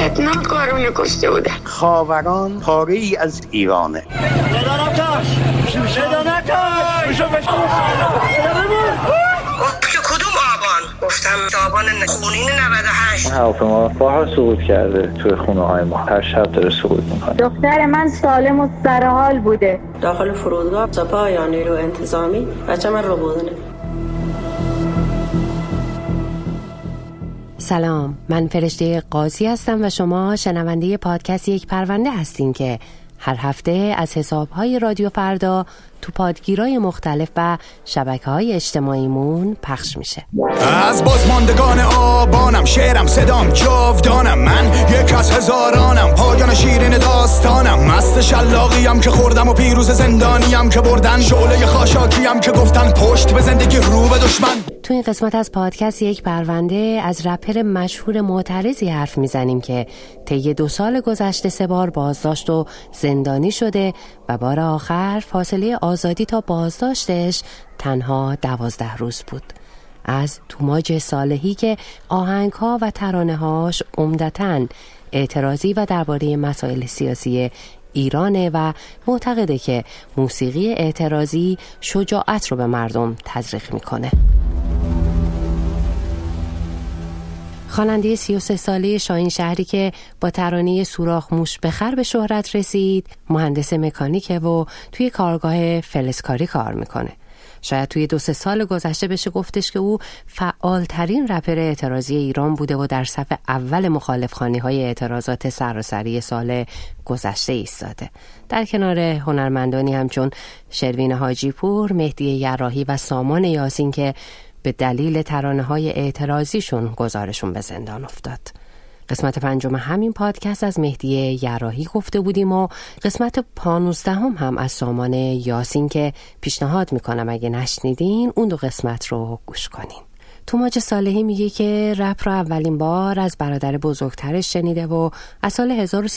ویتنام کارونه کشته بودن. خاوران پاره‌ای از ایرانه. کدوم آبان؟ گفتم آبان خونین 98. هواپیما بارها سقوط کرده توی خونه های ما. هر شب داره سقوط میکنه. دختر من سالم و سر حال بوده. داخل فرودگاه سپاه یا نیرو انتظامی بچه من رو بودنه. سلام، من فرشته قاضی هستم و شما شنونده پادکست یک پرونده هستین که هر هفته از حساب‌های رادیو فردا تو پادگیرای مختلف و شبکه‌های اجتماعیمون پخش میشه. از بازماندگان آبانم، شعرم صدام جاودانم، من یک از هزارانم، پایان شیرین داستانم، مست شلاقیم که خوردم و پیروز زندانیم که بردن، شعله خاشاکیم که گفتن پشت به زندگی رو به دشمن. تو این قسمت از پادکست یک پرونده از رپر مشهور معترضی حرف میزنیم که طی 2 سال گذشته 3 بار بازداشت و زندانی شده و بار آخر فاصله آزادی تا بازداشتش تنها 12 روز بود. از توماج صالحی که آهنگ‌ها و ترانه‌هاش عمدتاً اعتراضی و درباره مسائل سیاسی ایرانه و معتقده که موسیقی اعتراضی شجاعت رو به مردم تزریق میکنه. خواننده 33 ساله شاهین شهری که با ترانه سوراخ موش بخر به شهرت رسید، مهندس مکانیکه و توی کارگاه فلزکاری کار میکنه. شاید توی 2-3 سال گذشته بشه گفتش که او فعالترین رپر اعتراضی ایران بوده و در صف اول مخالفخوانی‌های اعتراضات سراسری سال گذشته ایستاده. در کنار هنرمندانی همچون شروین حاجی پور، مهدی یراحی و سامان یاسین که به دلیل ترانه‌های اعتراضیشون گزارشون به زندان افتاد. قسمت 5 همین پادکست از مهدی یراحی گفته بودیم و قسمت 15 هم از سامان یاسین که پیشنهاد میکنم اگه نشنیدین اون 2 قسمت رو گوش کنین. توماج صالحی میگه که رپ رو اولین بار از برادر بزرگترش شنیده و از سال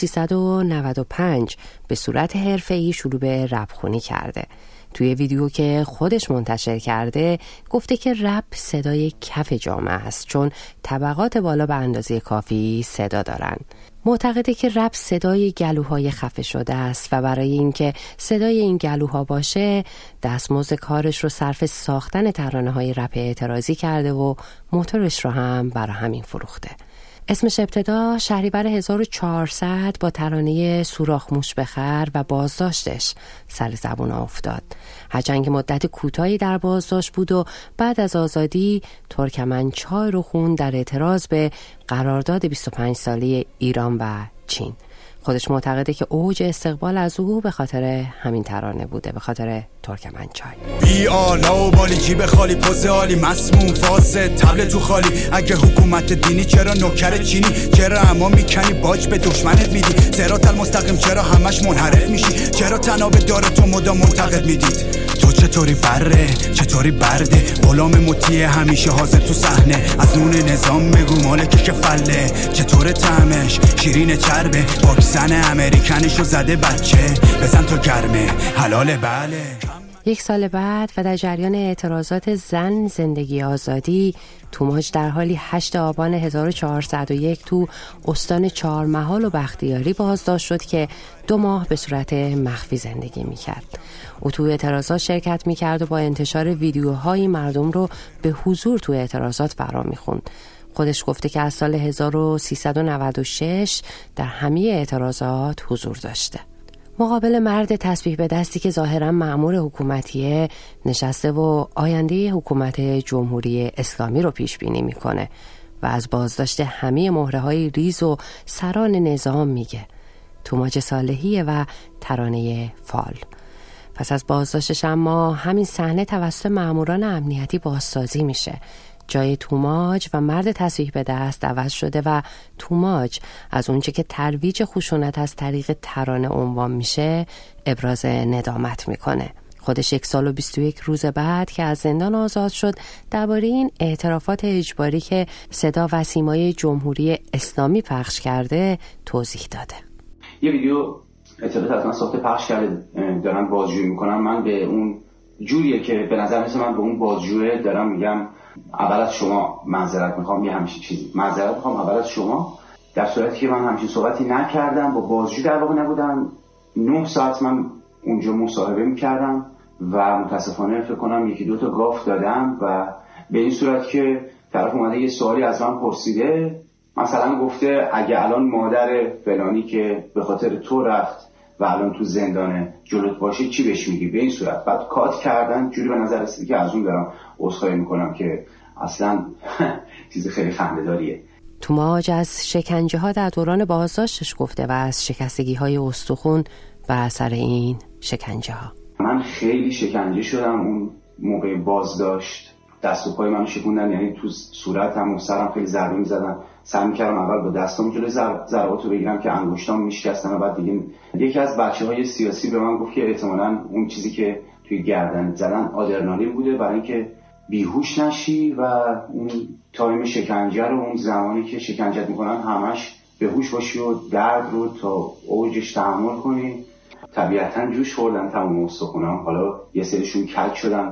1395 به صورت حرفه‌ای شروع به رپ خونی کرده. توی ویدیو که خودش منتشر کرده گفته که رپ صدای کف جامعه است چون طبقات بالا به اندازه کافی صدا دارن. معتقده که رپ صدای گلوهای خفه شده است و برای اینکه صدای این گلوها باشه دستمزد کارش رو صرف ساختن ترانه‌های رپ اعتراضی کرده و موتورش رو هم برای همین فروخته. اسمش ابتدا شهریور 1400 با ترانه سوراخ موش بخر و بازداشتش سر زبون افتاد. هرچند مدت کوتاهی در بازداشت بود و بعد از آزادی ترکمنچای رو خوند در اعتراض به قرارداد 25 ساله ایران و چین. خودش معتقده که اوج استقبال از او به خاطر همین ترانه بوده، به خاطر ترکمنچای. بی آلا و بالی جیب خالی، پوز عالی، مسموم فاسد، تبل تو خالی. اگه حکومت دینی چرا نوکر چینی؟ چرا اما میکنی باج به دشمنت میدی؟ صراط المستقیم چرا همش منحرف میشی؟ چرا تناب داره تو مدام منتقد میدید؟ تو چطوری بره چطوری برده؟ غلام مطیع همیشه حاضر تو صحنه. از نون نظام بگو مالک که فله. چطور طعمش شیرین چربه؟ واکسن امریکنیشو زده بچه. بزن تو گرمه حلاله بله. 1 سال بعد و در جریان اعتراضات زن زندگی آزادی، توماج در حالی 8 آبان 1401 تو استان چهارمحال و بختیاری بازداشت شد که 2 ماه به صورت مخفی زندگی میکرد. او تو اعتراضات شرکت میکرد و با انتشار ویدیوهای مردم رو به حضور تو اعتراضات فرا میخوند. خودش گفته که از سال 1396 در همه اعتراضات حضور داشته. مقابل مرد تسبیح به دستی که ظاهرا مأمور حکومتیه نشسته و آینده حکومت جمهوری اسلامی رو پیش بینی میکنه و از بازداشت همه مهره‌های ریز و سران نظام میگه. توماج صالحی و ترانه فال. پس از بازداشتش اما همین صحنه توسط مأموران امنیتی بازسازی میشه. جای توماج و مرد تسبیح به دست عوض شده و توماج از اونچه که ترویج خشونت از طریق ترانه عنوان میشه ابراز ندامت میکنه. خودش 1 سال و 21 روز بعد که از زندان آزاد شد درباره این اعترافات اجباری که صدا و سیمای جمهوری اسلامی پخش کرده توضیح داده. یه ویدیو اطلاعات حتما ساخته پخش کرده دارن بازجویی میکنن. من به اون جوریه که به نظر مثل من به اون بازجویه دارم میگم اول از شما معذرت میخوام، یه همچین چیزی معذرت میخوام اول از شما در صورتی که من همچین صحبتی نکردم، با بازجو در واقع نبودم. 9 ساعت من اونجا مصاحبه میکردم و متاسفانه فکر کنم 1-2 تا گاف دادم و به این صورت که طرف اومده یه سوالی از من پرسیده، مثلا گفته اگه الان مادر فلانی که به خاطر تو رفت و الان تو زندانه جلوت باشه چی بهش میگی؟ به این صورت بعد کات کردن. جوری به نظر رسید که از اون دارم عذرخواهی میکنم که اصلا چیز خیلی خنده‌داریه. توماج از شکنجه ها در دوران بازداشتش گفته و از شکستگی های استخوان بر اثر این شکنجه ها. من خیلی شکنجه شدم اون موقع بازداشت. دست و پای منو شکوندن، یعنی تو صورتم و سرم خیلی ضربه می‌زدن. سعی می‌کردم اول با دستام جلوی ضرباتو بگیرم که انگشتام میشکستن و بعد دیگه یکی از بچه‌های سیاسی به من گفت که احتمالاً اون چیزی که توی گردن زدن آدرنالین بوده برای اینکه بیهوش نشی و اون تایم شکنجه رو، اون زمانی که شکنجت میکنن همش بیهوش باشی و درد رو تا اوجش تحمل کنی. طبیعتاً جوش خوردن تمام استخونام. حالا یه سریشون کج شدن،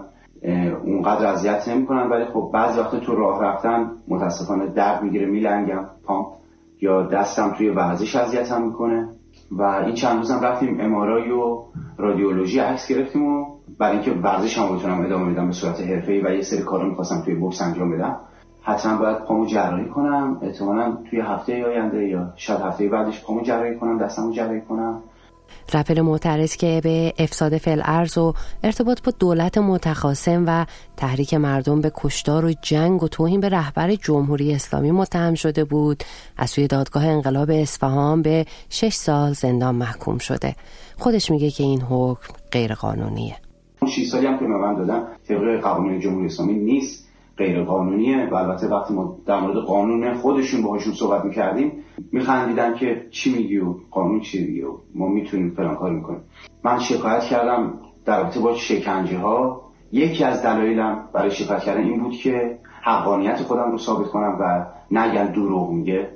اونقدر اذیت نمی‌کنن، ولی خب بعضی وقت تو راه رفتن متاسفانه درد میگیره، میلنگم پام یا دستم توی ورزش اذیتم میکنه. و این چند روزم رفتیم ام‌آرآی و رادیولوژی عکس گرفتیم و برای اینکه ورزشم بتونم ادامه بدم به صورت حرفه‌ای و یه سری کارا می‌خواستم توی بوکس انجام بدم، حتما باید پامو جراحی کنم. احتمالاً توی هفته آینده یا شاید هفته بعدش پامو جراحی کنم، دستمو جراحی کنم. رپر معترض که به افساد فی‌الارض و ارتباط با دولت متخاصم و تحریک مردم به کشتار و جنگ و توهین به رهبر جمهوری اسلامی متهم شده بود، از سوی دادگاه انقلاب اصفهان به 6 سال زندان محکوم شده. خودش میگه که این حکم غیر قانونیه. 6 سالی هم که من دادم طبق قانون جمهوری اسلامی نیست، غیر قانونیه. و البته وقتی ما در مورد قانون خودشون باهاشون صحبت می‌کردیم میخندیدن که چی میگی و قانون چی میگه و ما میتونیم فلان کار میکنیم. من شکایت کردم در رابطه با شکنجه ها. یکی از دلایلم برای شکایت کردن این بود که حقانیت خودم رو ثابت کنم و نگن دروغ میگه،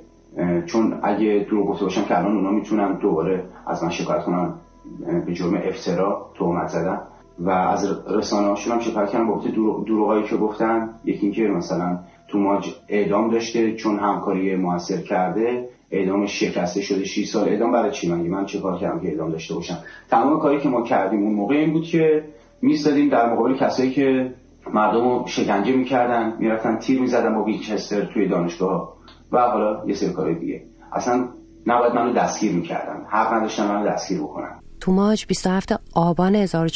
چون اگه دروغ گفته باشم که الان اونا میتونن دوباره از من شکایت کنن به جرم افترا، تهمت زدن. و از رسانه‌هاشون هم شکایت کردم بابت دروغایی که گفتن. یکی اینکه مثلا توماج اعدام داشته چون همکاری موثر کرده، اعدامش شکسته شده. 6 سال اعدام برای چی؟ من چه کار کردم که اعدام داشته باشم؟ تمام کاری که ما کردیم اون موقع این بود که میستادیم در مقابل کسایی که مردمو شکنجه میکردن، میرفتن تیر میزدن با وینچستر توی دانشگاه و حالا یه سری کارهای دیگه. اصلا نباید منو دستگیر میکردن، حق نداشتن منو دستگیر بکنن. توماج 27 آبان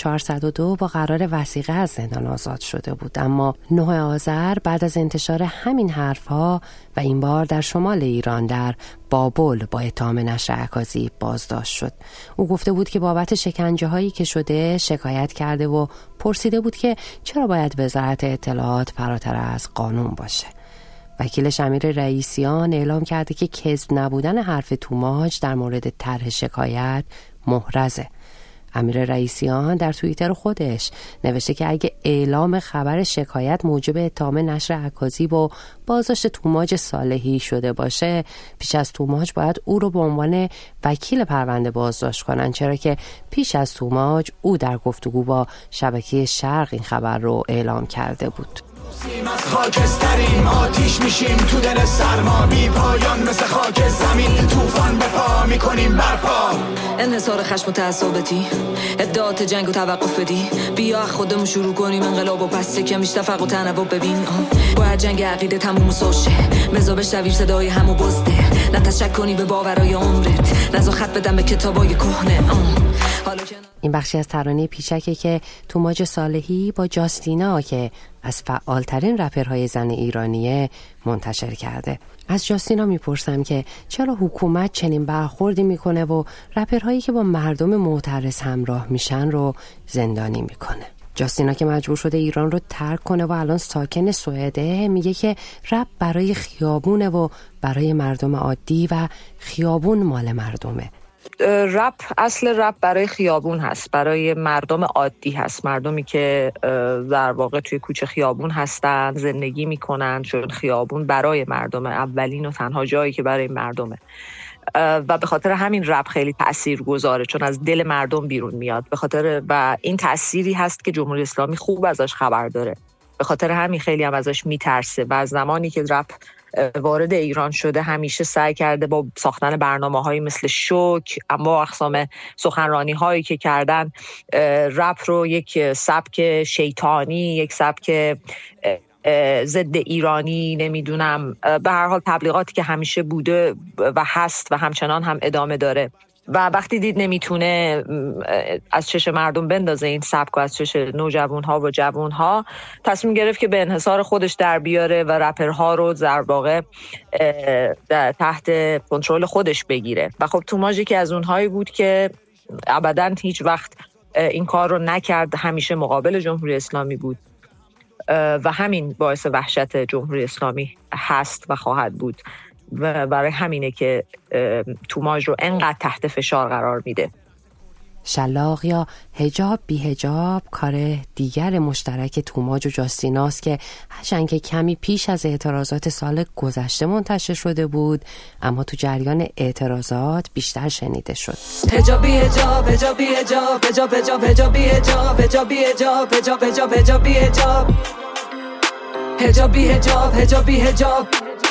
1402 با قرار وثیقه از زندان آزاد شده بود، اما 9 آذر بعد از انتشار همین حرفها و این بار در شمال ایران در بابل با اتهام نشر اکاذیب بازداشت شد. او گفته بود که بابت شکنجه هایی که شده شکایت کرده و پرسیده بود که چرا باید وزارت اطلاعات فراتر از قانون باشه. وکیلش امیر رئیسیان اعلام کرده که کذب نبودن حرف توماج در مورد طرح شکایت محرزه. امیر رئیسیان در توییتر خودش نوشته که اگه اعلام خبر شکایت موجب اتهام نشر اکاذیب و بازداشت توماج صالحی شده باشه، پیش از توماج باید او رو به عنوان وکیل پرونده بازداشت کنن، چرا که پیش از توماج او در گفتگو با شبکه شرق این خبر رو اعلام کرده بود. از خاکستریم، آتیش میشیم تو دل سرما، بی پایان مثل خاک زمین، طوفان به پا میکنیم برپا. انحصار خشم و تعصباتی، ادعات جنگ و توقف بدی، بیا خودمون شروع کنیم انقلاب و پس کمیش تفرق و تنوع ببین. باید جنگ عقیده تموم سوشه، بزا بشنویم صدای همو بزده، نه تشک کنی به باورای عمرت، نزا خط بدم به کتابای کهنه. این بخشی از ترانه پیچکه که توماج صالحی با جاستینا که از فعالترین رپرهای زن ایرانیه منتشر کرده. از جاستینا میپرسم که چرا حکومت چنین برخوردی میکنه و رپرهایی که با مردم معترض همراه میشن رو زندانی میکنه. جاستینا که مجبور شده ایران رو ترک کنه و الان ساکن سوئده میگه که رپ برای خیابونه و برای مردم عادی و خیابون مال مردمه. رپ، اصل رپ برای خیابون هست، برای مردم عادی هست، مردمی که در واقع توی کوچه خیابون هستن، زندگی میکنن، چون خیابون برای مردمه، اولین و تنها جایی که برای مردمه و به خاطر همین رپ خیلی تاثیرگذاره، چون از دل مردم بیرون میاد، به خاطر و این تأثیری هست که جمهوری اسلامی خوب ازش خبر داره. به خاطر همین خیلی هم ازش میترسه و از زمانی که رپ وارد ایران شده همیشه سعی کرده با ساختن برنامه‌هایی مثل شوک، اما اقسام سخنرانی‌هایی که کردن رپ رو یک سبک شیطانی، یک سبک ضد ایرانی، نمیدونم، به هر حال تبلیغاتی که همیشه بوده و هست و همچنان هم ادامه داره و وقتی دید نمیتونه از چش مردم بندازه این سبک و از چش نوجوان‌ها و جوان‌ها، تصمیم گرفت که به انحصار خودش در بیاره و رپرها رو در واقع تحت کنترل خودش بگیره. و خب توماج که از اونهایی بود که ابداً هیچ وقت این کار رو نکرد، همیشه مقابل جمهوری اسلامی بود و همین باعث وحشت جمهوری اسلامی هست و خواهد بود و برای همینه که توماج رو انقدر تحت فشار قرار میده. شلاق یا حجاب بی حجاب کار دیگر مشترک توماج و جاستیناست که هرچند که کمی پیش از اعتراضات سال گذشته منتشر شده بود، اما تو جریان اعتراضات بیشتر شنیده شد. حجاب بی حجاب، حجاب بی حجاب، حجاب حجاب، حجاب بی حجاب، حجاب بی حجاب، حجاب حجاب، حجاب بی حجاب، حجاب بی حجاب، حجاب بی حجاب.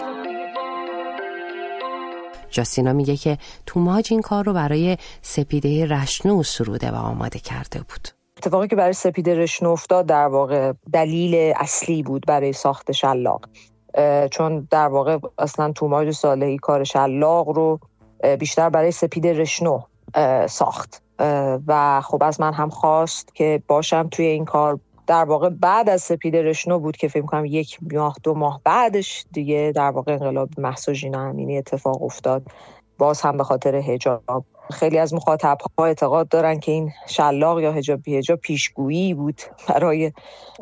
جاستینا میگه که توماج این کار رو برای سپیده رشنو سروده و آماده کرده بود. اتفاقی که برای سپیده رشنو افتاد در واقع دلیل اصلی بود برای ساخت شلاق، چون در واقع اصلا توماج صالحی کار شلاق رو بیشتر برای سپیده رشنو ساخت و خب از من هم خواست که باشم توی این کار. در واقع بعد از سپیده رشنو بود که فکر کنم 1 ماه 2 ماه بعدش دیگه در واقع انقلاب مهسا ژینا امینی اتفاق افتاد، باز هم به خاطر حجاب. خیلی از مخاطب‌ها اعتقاد دارن که این شلاق یا حجاب بی حجاب پیشگویی بود برای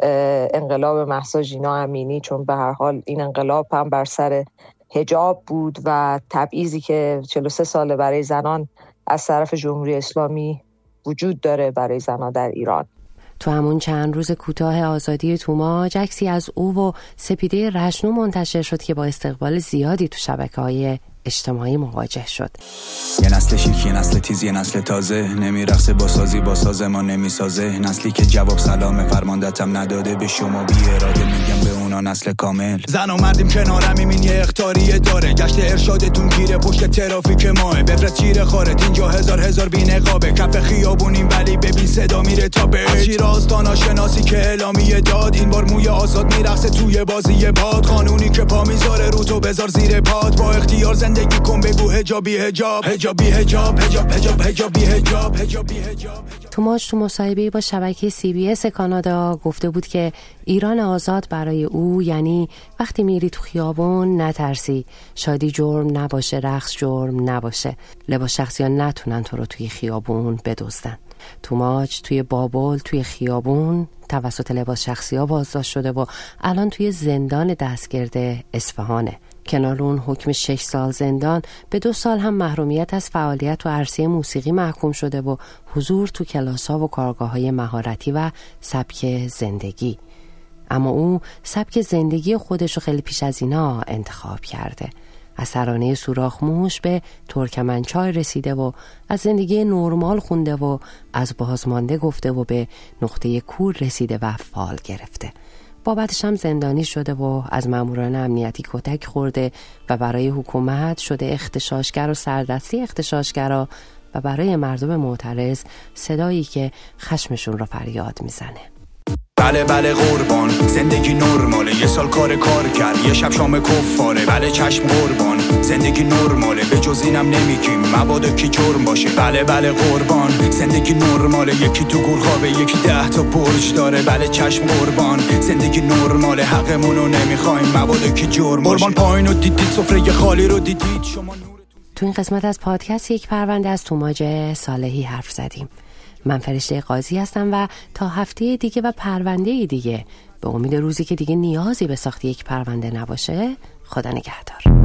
انقلاب مهسا ژینا امینی، چون به هر حال این انقلاب هم بر سر حجاب بود و تبعیضی که 43 ساله برای زنان از طرف جمهوری اسلامی وجود داره برای زنان در ایران. تو همون چند روز کوتاه آزادی توماج عکسی از او و سپیده رشنو منتشر شد که با استقبال زیادی تو شبکه‌های اجتماعی مواجه شد. یه نسل شیک، یه نسل تیز، یه نسل تازه، نمیرقصه با سازی، با ساز ما نمیسازه. نسلی که جواب سلام فرماندتم نداده به شما بی اراده، میگم به اونا نسل کامل. زن و مردیم کنارم، این یه اختاریه داره، گشت ارشادتون گیره پشت ترافیک ماه. بفرست چیره خارت اینجا هزار بی نقابه، کف خیابونیم ولی ببین صدا میره تا به شیراز تا ناشناسی که اعلامیه داد. این بار موی آزاد میرقصه توی بازی باد، قانونی که پا میذاره رو تو بذار زیر پات. با اختیار زندگی کن، بگو حجاب بی حجاب، حجاب بی حجاب، حجاب حجاب، حجاب بی حجاب، حجاب بی حجاب. توماج تو مصاحبه‌ای با شبکه CBS کانادا گفته بود که ایران آزاد برای او یعنی وقتی میری تو خیابون نترسی، شادی جرم نباشه، رقص جرم نباشه، لباس شخصی ها نتونن تو رو توی خیابون بدزدن. توماج توی بابل توی خیابون توسط لباس شخصی ها بازداشت شده و الان توی زندان دستگرد اصفهانه. کنار اون حکم 6 سال زندان به 2 سال هم محرومیت از فعالیت تو عرصه موسیقی محکوم شده و حضور تو کلاس‌ها و کارگاه‌های مهارتی و سبک زندگی. اما او سبک زندگی خودش رو خیلی پیش از اینا انتخاب کرده. از ترانه سوراخ موش به ترکمنچای رسیده و از زندگی نرمال خونده و از بازمانده گفته و به نقطه کور رسیده و فال گرفته. بابتش هم زندانی شده و از ماموران امنیتی کتک خورده و برای حکومت شده اغتشاشگر و سردستی اغتشاشگرا و برای مردم معترض صدایی که خشمشون رو فریاد میزنه. بله بله قربان، زندگی نرماله، 1 سال کار کرد، یه شب شام کفاره. بله چشم قربان، زندگی نرماله، به جز اینم نمیگیم مبادا کی جرم باشه. بله بله قربان، زندگی نرماله، یکی تو گور خوابه، یکی 10 تا برج داره. بله چشم قربان، زندگی نرماله، حقمونو نمیخوایم مبادا کی جرم باشه. قربان پایینو دیدید، سفره خالی رو دیدید شما. تو این قسمت از پادکست یک پرونده از توماج صالحی حرف زدیم. من فرشته قاضی هستم و تا هفته دیگه و پرونده دیگه، به امید روزی که دیگه نیازی به ساخت یک پرونده نباشه، خدا نگهدار.